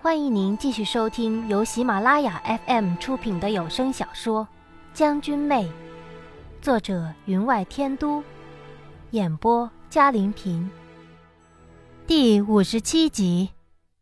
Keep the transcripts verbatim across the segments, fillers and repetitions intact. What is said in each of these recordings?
欢迎您继续收听由喜马拉雅 F M 出品的有声小说《将军妹》，作者云外天都，演播嘉玲平，第五十七集。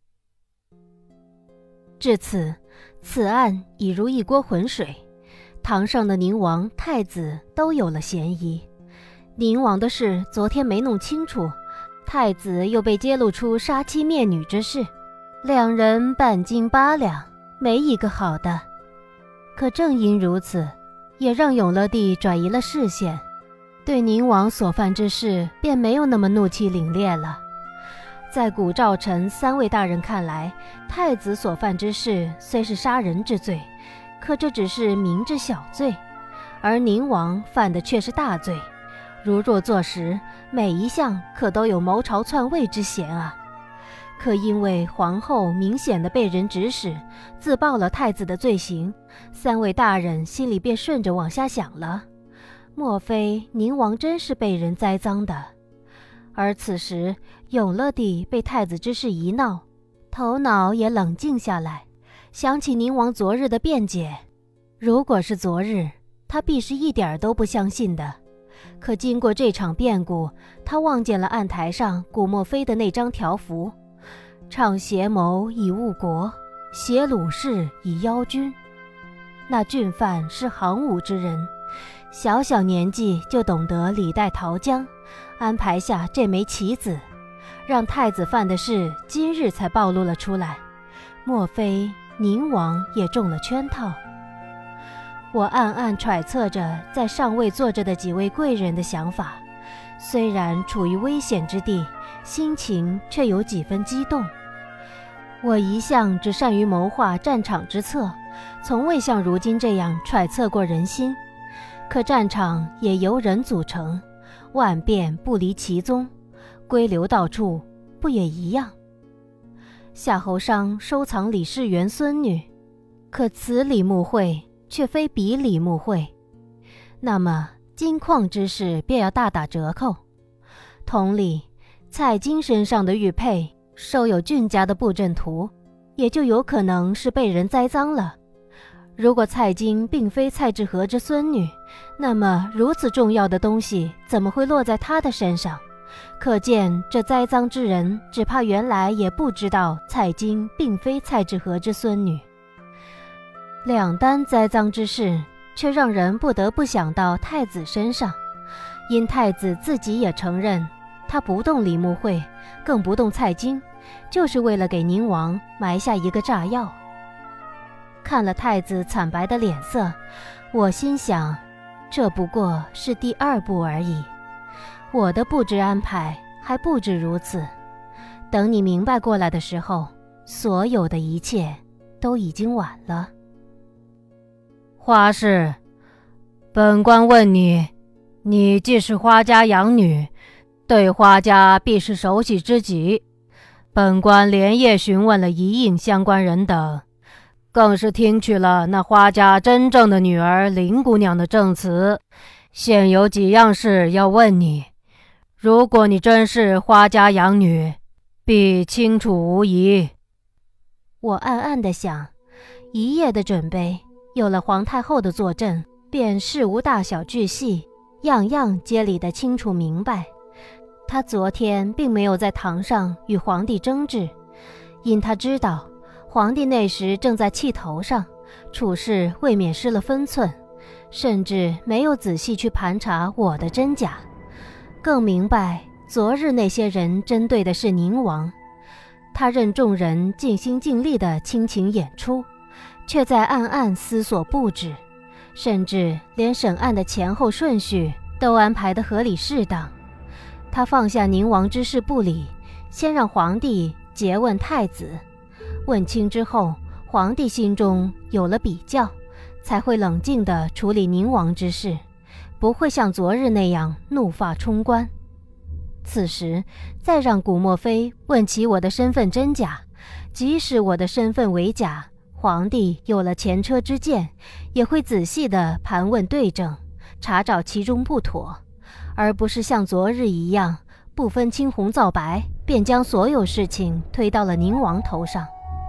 至此，此案已如一锅浑水，堂上的宁王、太子都有了嫌疑。宁王的事昨天没弄清楚，太子又被揭露出杀妻灭女之事，两人半斤八两，没一个好的。可正因如此，也让永乐帝转移了视线，对宁王所犯之事便没有那么怒气凛冽了。在古赵臣三位大人看来，太子所犯之事虽是杀人之罪，可这只是明之小罪，而宁王犯的却是大罪，如若坐实，每一项可都有谋朝篡位之嫌啊。可因为皇后明显的被人指使，自曝了太子的罪行，三位大人心里便顺着往下想了，莫非宁王真是被人栽赃的？而此时永乐帝被太子之事一闹，头脑也冷静下来，想起宁王昨日的辩解，如果是昨日，他必是一点都不相信的。可经过这场变故，他望见了案台上古墨妃的那张条幅，唱邪谋以误国，挟鲁士以邀君。那郡犯是行伍之人，小小年纪就懂得李代桃僵，安排下这枚棋子，让太子犯的事今日才暴露了出来，莫非宁王也中了圈套？我暗暗揣测着在上位坐着的几位贵人的想法，虽然处于危险之地，心情却有几分激动。我一向只善于谋划战场之策，从未像如今这样揣测过人心。可战场也由人组成，万变不离其宗，归流到处，不也一样？夏侯商收藏李世元孙女，可此李慕会却非彼李慕会，那么金矿之事便要大打折扣。同理，蔡京身上的玉佩收有郡家的布阵图，也就有可能是被人栽赃了。如果蔡京并非蔡志和之孙女，那么如此重要的东西怎么会落在他的身上？可见这栽赃之人只怕原来也不知道蔡京并非蔡志和之孙女。两单栽赃之事却让人不得不想到太子身上，因太子自己也承认，他不动李慕会，更不动蔡京，就是为了给宁王埋下一个炸药。看了太子惨白的脸色，我心想，这不过是第二步而已，我的布置安排还不止如此。等你明白过来的时候，所有的一切都已经晚了。 花氏，本官问你，你既是花家养女，对花家必是熟悉知己。本官连夜询问了一应相关人等，更是听取了那花家真正的女儿林姑娘的证词。现有几样事要问你，如果你真是花家养女，必清楚无疑。 我暗暗地想，一夜的准备，有了皇太后的坐镇，便事无大小巨细，样样皆理得清楚明白。他昨天并没有在堂上与皇帝争执，因他知道皇帝那时正在气头上，处事未免失了分寸，甚至没有仔细去盘查我的真假，更明白昨日那些人针对的是宁王。他任众人尽心尽力的倾情演出，却在暗暗思索布置，甚至连审案的前后顺序都安排得合理适当。他放下宁王之事不理，先让皇帝诘问太子，问清之后，皇帝心中有了比较，才会冷静地处理宁王之事，不会像昨日那样怒发冲冠。此时再让古墨妃问起我的身份真假，即使我的身份为假，皇帝有了前车之鉴，也会仔细地盘问对证，查找其中不妥，而不是像昨日一样不分青红皂白，便将所有事情推到了宁王头上。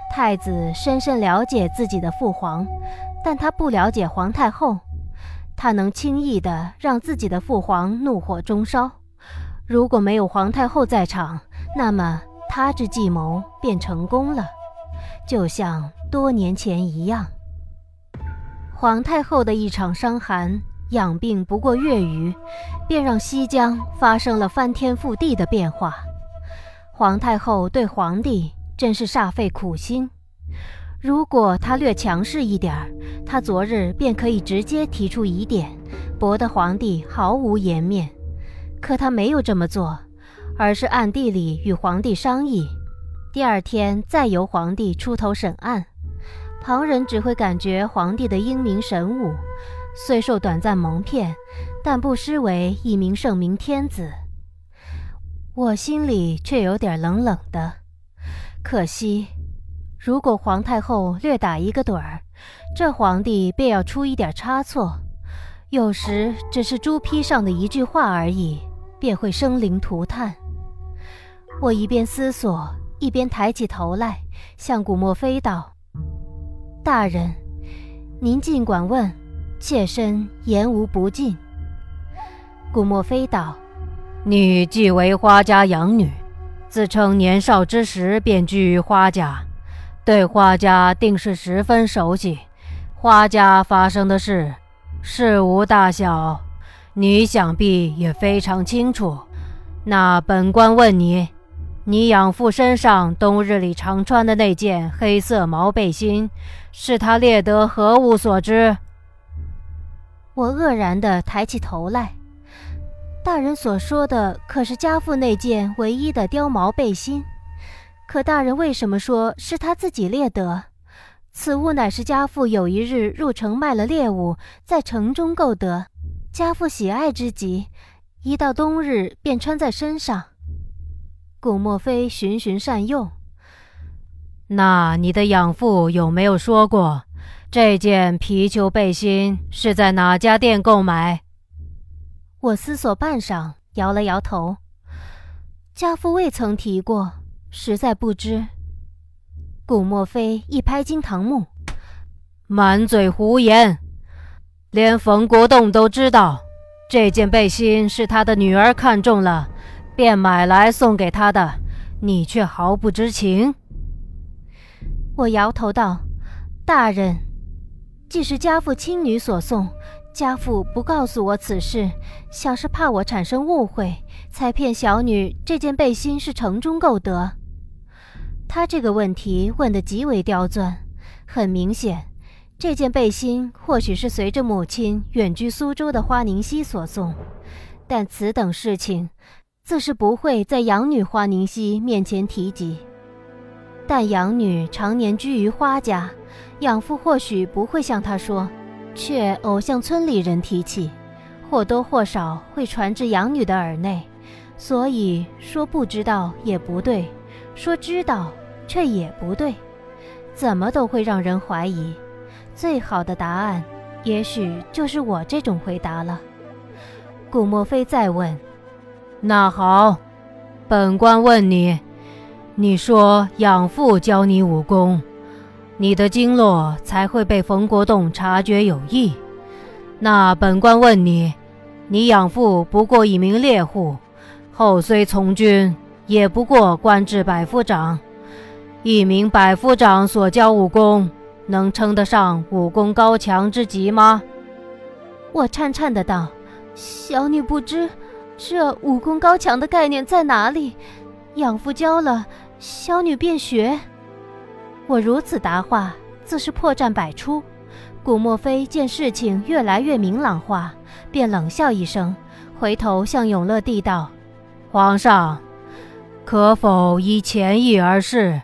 太子深深了解自己的父皇，但他不了解皇太后。他能轻易地让自己的父皇怒火中烧。如果没有皇太后在场，那么他之计谋便成功了，就像多年前一样。皇太后的一场伤寒养病不过月余，便让西疆发生了翻天覆地的变化。皇太后对皇帝真是煞费苦心。如果他略强势一点，他昨日便可以直接提出疑点，博得皇帝毫无颜面。可他没有这么做，而是暗地里与皇帝商议，第二天再由皇帝出头审案。旁人只会感觉皇帝的英明神武，虽受短暂蒙骗，但不失为一名圣明天子。我心里却有点冷冷的，可惜如果皇太后略打一个盹儿，这皇帝便要出一点差错，有时只是朱批上的一句话而已，便会生灵涂炭。我一边思索，一边抬起头来，向古墨飞道：“大人，您尽管问，妾身言无不尽。” 古墨飞道：“你既为花家养女，自称年少之时便居于花家，对花家定是十分熟悉。花家发生的事，事无大小，你想必也非常清楚。那本官问你，你养父身上冬日里常穿的那件黑色毛背心，是他猎得何物所致？” 我愕然地抬起头来，大人所说的可是家父那件唯一的貂毛背心，可大人为什么说是他自己猎得？此物乃是家父有一日入城卖了猎物，在城中购得，家父喜爱之极，一到冬日便穿在身上。古墨飞循循善诱：“ 那你的养父有没有说过，这件皮裘背心是在哪家店购买？” 我思索半晌，摇了摇头：“家父未曾提过，实在不知。”古墨飞一拍惊堂木：“ 满嘴胡言！连冯国栋都知道，这件背心是他的女儿看中了，便买来送给他的，你却毫不知情。” 我摇头道：“大人，既是家父亲女所送，家父不告诉我此事，想是怕我产生误会，才骗小女这件背心是城中购得。”他这个问题问得极为刁钻，很明显，这件背心或许是随着母亲远居苏州的花凝溪所送，但此等事情自是不会在养女花凝溪面前提及。但养女常年居于花家，养父或许不会向她说，却偶向村里人提起，或多或少会传至养女的耳内，所以说不知道也不对，说知道却也不对，怎么都会让人怀疑。最好的答案也许就是我这种回答了。古墨飞再问：“ 那好，本官问你，你说养父教你武功，你的经络才会被冯国栋察觉有异。那本官问你，你养父不过一名猎户，后虽从军，也不过官至百夫长。一名百夫长所教武功，能称得上武功高强之极吗？” 我颤颤的道：“小女不知，这武功高强的概念在哪里？养父教了，小女便学。”我如此答话，自是破绽百出。古墨飞见事情越来越明朗化，便冷笑一声，回头向永乐帝道：“ 皇上，可否依前意而事？”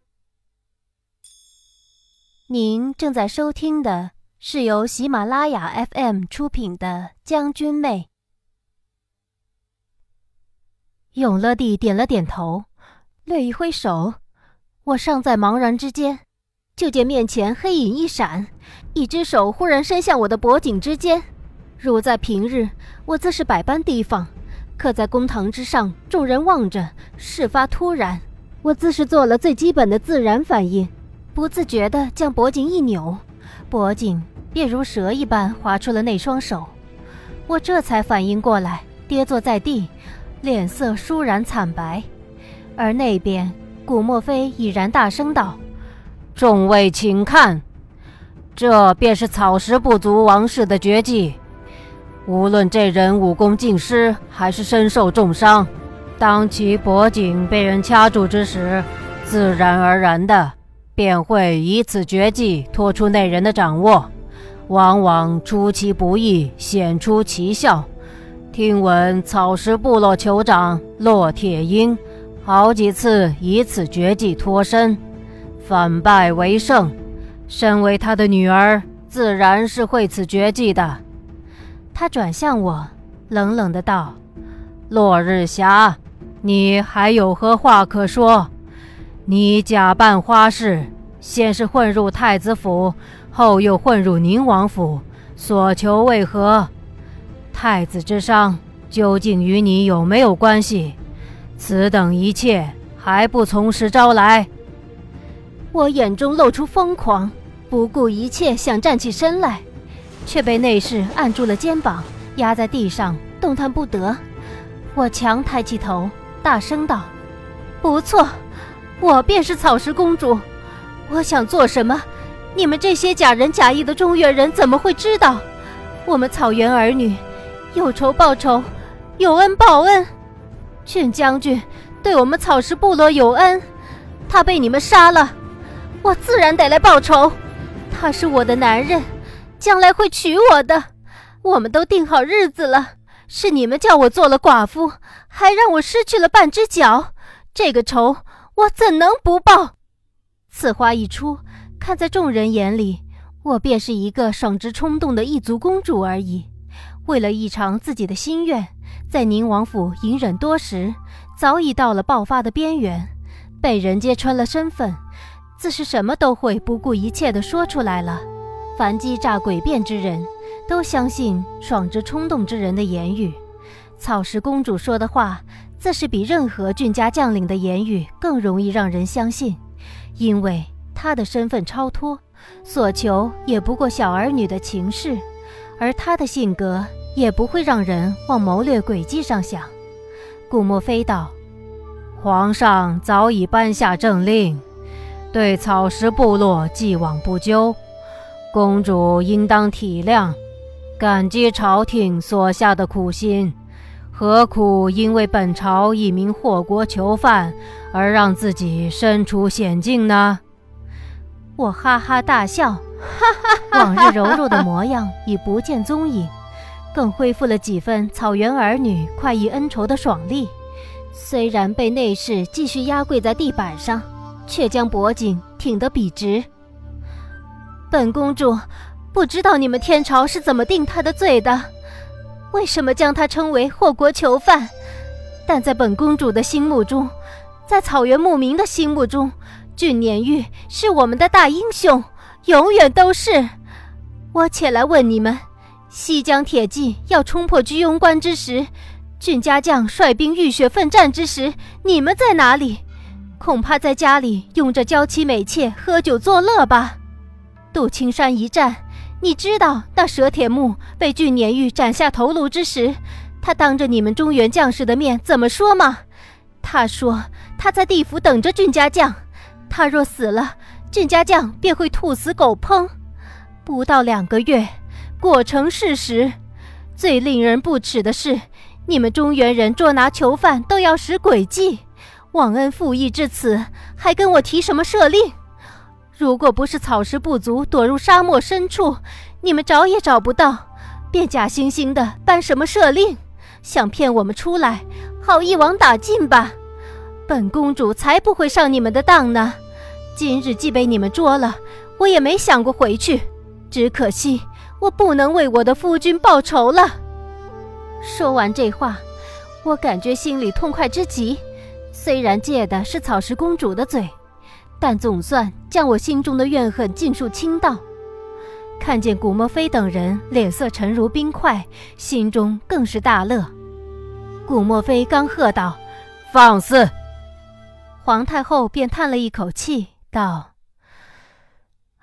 您正在收听的是由喜马拉雅 F M 出品的《将军妹》。永乐帝点了点头，略一挥手，我尚在茫然之间，就见面前黑影一闪，一只手忽然伸向我的脖颈之间。如在平日，我自是百般提防，可在公堂之上，众人望着，事发突然，我自是做了最基本的自然反应， 不自觉地将脖颈一扭，脖颈便如蛇一般划出了那双手。我这才反应过来，跌坐在地，脸色倏然惨白。而那边古墨菲已然大声道： 众位请看，这便是草食部族王室的绝技。无论这人武功尽失，还是身受重伤，当其脖颈被人掐住之时，自然而然的便会以此绝技脱出那人的掌握，往往出其不意，显出奇效。听闻草食部落酋长骆铁鹰好几次以此绝技脱身，反败为胜。身为他的女儿，自然是会此绝技的。 他转向我，冷冷的道： 落日霞，你还有何话可说？你假扮花氏，先是混入太子府，后又混入宁王府，所求为何？太子之伤究竟与你有没有关系？此等一切还不从实招来？ 我眼中露出疯狂，不顾一切想站起身来，却被内侍按住了肩膀，压在地上动弹不得。我强抬起头，大声道：不错，我便是草食公主。我想做什么，你们这些假仁假义的中原人怎么会知道？我们草原儿女有仇报仇，有恩报恩。郡将军对我们草食部落有恩，他被你们杀了，我自然得来报仇。他是我的男人，将来会娶我的，我们都定好日子了。是你们叫我做了寡妇，还让我失去了半只脚，这个仇我怎能不报？此话一出，看在众人眼里，我便是一个爽直冲动的异族公主而已。为了一偿自己的心愿，在宁王府隐忍多时，早已到了爆发的边缘，被人揭穿了身份，自是什么都会不顾一切地说出来了。凡机诈诡辩之人，都相信爽直冲动之人的言语。草食公主说的话，自是比任何郡家将领的言语更容易让人相信，因为她的身份超脱，所求也不过小儿女的情事，而她的性格也不会让人往谋略诡计上想。顾墨菲道： 皇上早已颁下政令，对草食部落既往不咎，公主应当体谅，感激朝廷所下的苦心，何苦因为本朝一名祸国囚犯而让自己身处险境呢？ 我哈哈大笑，往日柔弱的模样已不见踪影，更恢复了几分草原儿女快意恩仇的爽利。虽然被内侍继续压跪在地板上，却将脖颈挺得笔直。本公主不知道你们天朝是怎么定她的罪的，为什么将她称为祸国囚犯？但在本公主的心目中，在草原牧民的心目中，俊撵玉是我们的大英雄，永远都是。我且来问你们，西江铁骑要冲破居庸关之时，俊家将率兵浴血奋战之时，你们在哪里？恐怕在家里用着娇妻美妾喝酒作乐吧。杜青山一战，你知道那蛇铁木被俊撵玉斩下头颅之时，他当着你们中原将士的面怎么说吗？他说他在地府等着俊家将，他若死了，俊家将便会兔死狗烹。不到两个月，果成事实。最令人不齿的是，你们中原人捉拿囚犯都要使诡计，忘恩负义至此，还跟我提什么赦令？如果不是草食部族躲入沙漠深处，你们找也找不到，便假惺惺的颁什么赦令，想骗我们出来，好一网打尽吧。本公主才不会上你们的当呢。今日既被你们捉了，我也没想过回去，只可惜我不能为我的夫君报仇了。说完这话，我感觉心里痛快之极，虽然借的是草食公主的嘴，但总算将我心中的怨恨尽数倾倒。看见古墨菲等人脸色沉如冰块，心中更是大乐。古墨菲刚喝道：放肆！皇太后便叹了一口气道：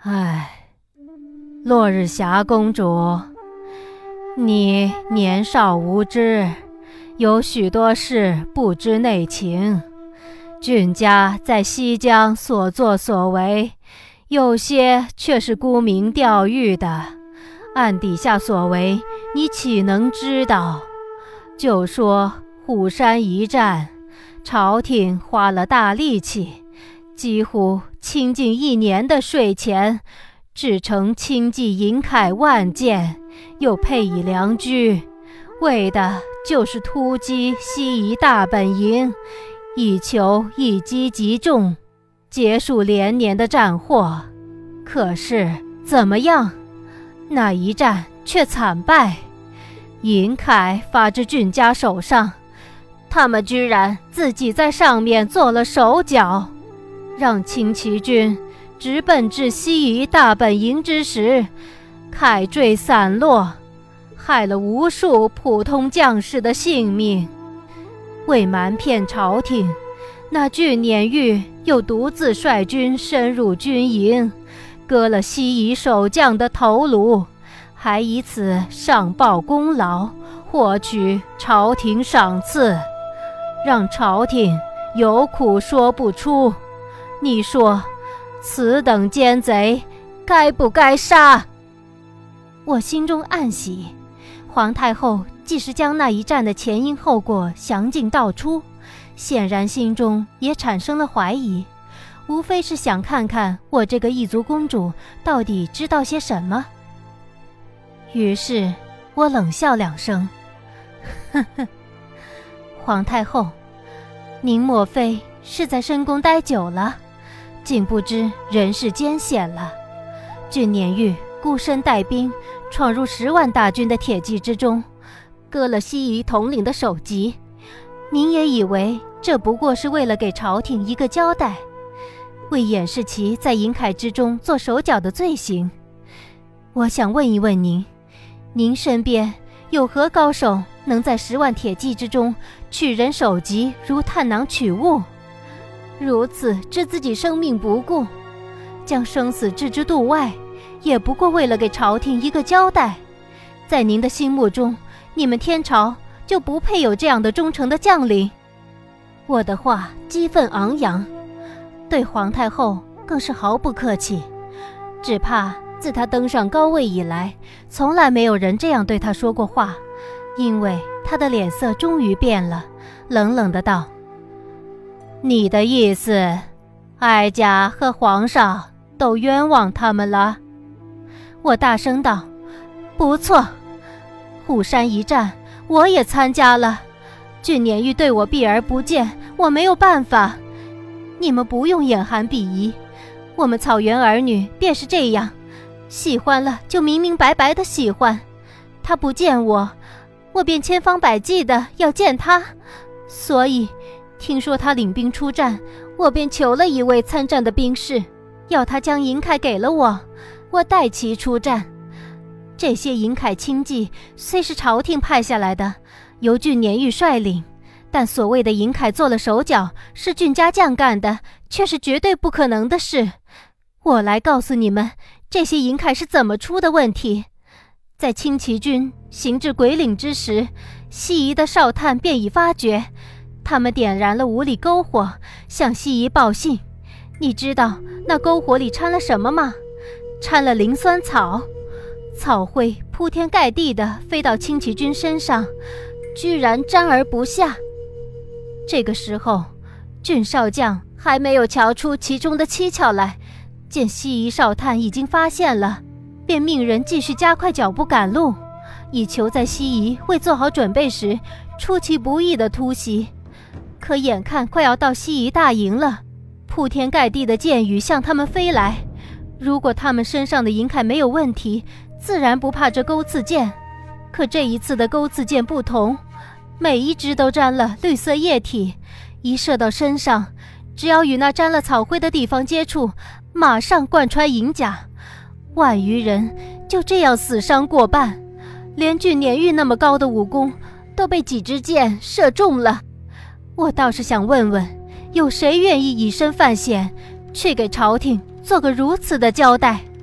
唉，落日霞公主，你年少无知，有许多事不知内情。郡家在西疆所作所为，有些却是沽名钓誉的，暗底下所为，你岂能知道？就说虎山一战，朝廷花了大力气，几乎倾尽一年的税钱，制成轻骑银铠万件，又配以良驹，为的就是突击西夷大本营，以求一击即中，结束连年的战祸。可是怎么样？那一战却惨败，银铠发至郡家手上，他们居然自己在上面做了手脚，让轻骑军直奔至西夷大本营之时，铠坠散落，害了无数普通将士的性命。为瞒骗朝廷，那郡撵玉又独自率军深入军营，割了西夷守将的头颅，还以此上报功劳，获取朝廷赏赐，让朝廷有苦说不出。你说此等奸贼该不该杀？ 我心中暗喜，皇太后既是将那一战的前因后果详尽道出，显然心中也产生了怀疑，无非是想看看我这个异族公主到底知道些什么。于是我冷笑两声，呵呵，皇太后，您莫非是在深宫待久了，竟不知人世艰险了？郡撵玉孤身带兵闯入十万大军的铁骑之中，割了西夷统领的首级，您也以为这不过是为了给朝廷一个交代，为掩饰其在银铠之中做手脚的罪行。我想问一问您，您身边有何高手能在十万铁骑之中取人首级如探囊取物，如此置自己生命不顾，将生死置之度外，也不过为了给朝廷一个交代？在您的心目中，你们天朝就不配有这样的忠诚的将领？我的话激愤昂扬，对皇太后更是毫不客气，只怕自她登上高位以来，从来没有人这样对她说过话。因为她的脸色终于变了，冷冷的道：你的意思，哀家和皇上都冤枉他们了？我大声道：不错，虎山一战我也参加了，郡撵玉对我避而不见，我没有办法。你们不用眼含鄙夷，我们草原儿女便是这样，喜欢了就明明白白的喜欢，他不见我，我便千方百计的要见他。所以听说他领兵出战，我便求了一位参战的兵士，要他将银铠给了我，我代其出战。这些银铠轻骑虽是朝廷派下来的，由郡撵玉率领，但所谓的银铠做了手脚，是郡家将干的，却是绝对不可能的事。我来告诉你们，这些银铠是怎么出的问题。在轻骑军行至鬼岭之时，西夷的哨探便已发觉，他们点燃了五里篝火，向西夷报信。你知道那篝火里掺了什么吗？掺了磷酸草，草灰铺天盖地地飞到轻骑军身上，居然沾而不下。这个时候，郡少将还没有瞧出其中的蹊跷来，见西夷哨探已经发现了，便命人继续加快脚步赶路，以求在西夷未做好准备时出其不意的突袭。可眼看快要到西夷大营了，铺天盖地的箭雨向他们飞来，如果他们身上的银铠没有问题，自然不怕这钩刺箭。可这一次的钩刺箭不同，每一支都沾了绿色液体，一射到身上，只要与那沾了草灰的地方接触，马上贯穿银甲，万余人就这样死伤过半，连郡撵玉那么高的武功都被几支箭射中了。我倒是想问问，有谁愿意以身犯险，去给朝廷做个如此的交代？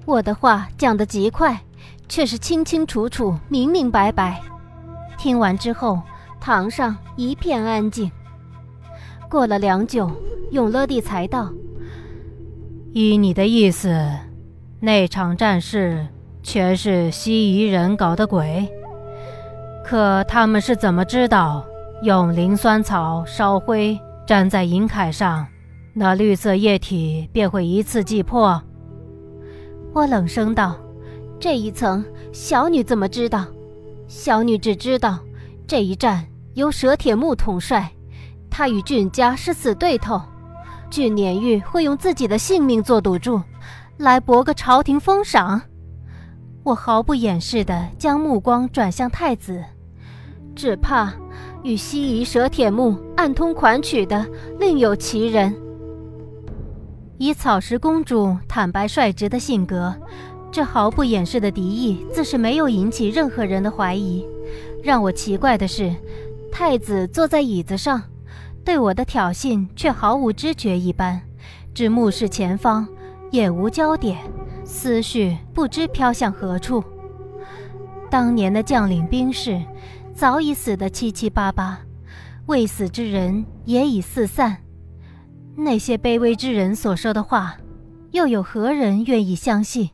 我的话讲得极快，却是清清楚楚、明明白白。听完之后，堂上一片安静。过了良久，永乐帝才道： 依你的意思，那场战事全是西夷人搞的鬼？可他们是怎么知道用磷酸草烧灰粘在银铠上，那绿色液体便会一次即破？ 我冷声道：这一层小女怎么知道？小女只知道这一战由佘铁木统帅，他与俊家是死对头，俊撵玉会用自己的性命做赌注，来博个朝廷封赏。我毫不掩饰地将目光转向太子，只怕与西夷佘铁木暗通款曲的另有其人。以草石公主坦白率直的性格，这毫不掩饰的敌意自是没有引起任何人的怀疑。让我奇怪的是，太子坐在椅子上，对我的挑衅却毫无知觉一般，只目视前方，眼无焦点，思绪不知飘向何处。当年的将领兵士早已死得七七八八，未死之人也已四散，那些卑微之人所说的话，又有何人愿意相信？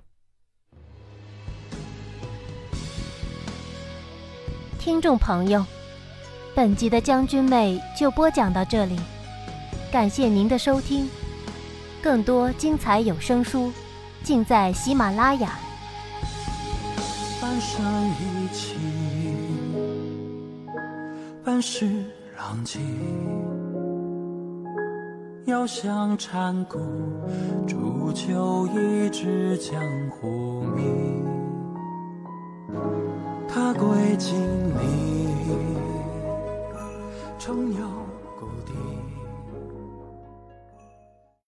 听众朋友，本集的将军妹就播讲到这里，感谢您的收听。更多精彩有声书尽在喜马拉雅。 半生一起，半世浪迹，遥想禅谷，煮酒一支江湖名。他归锦里，重游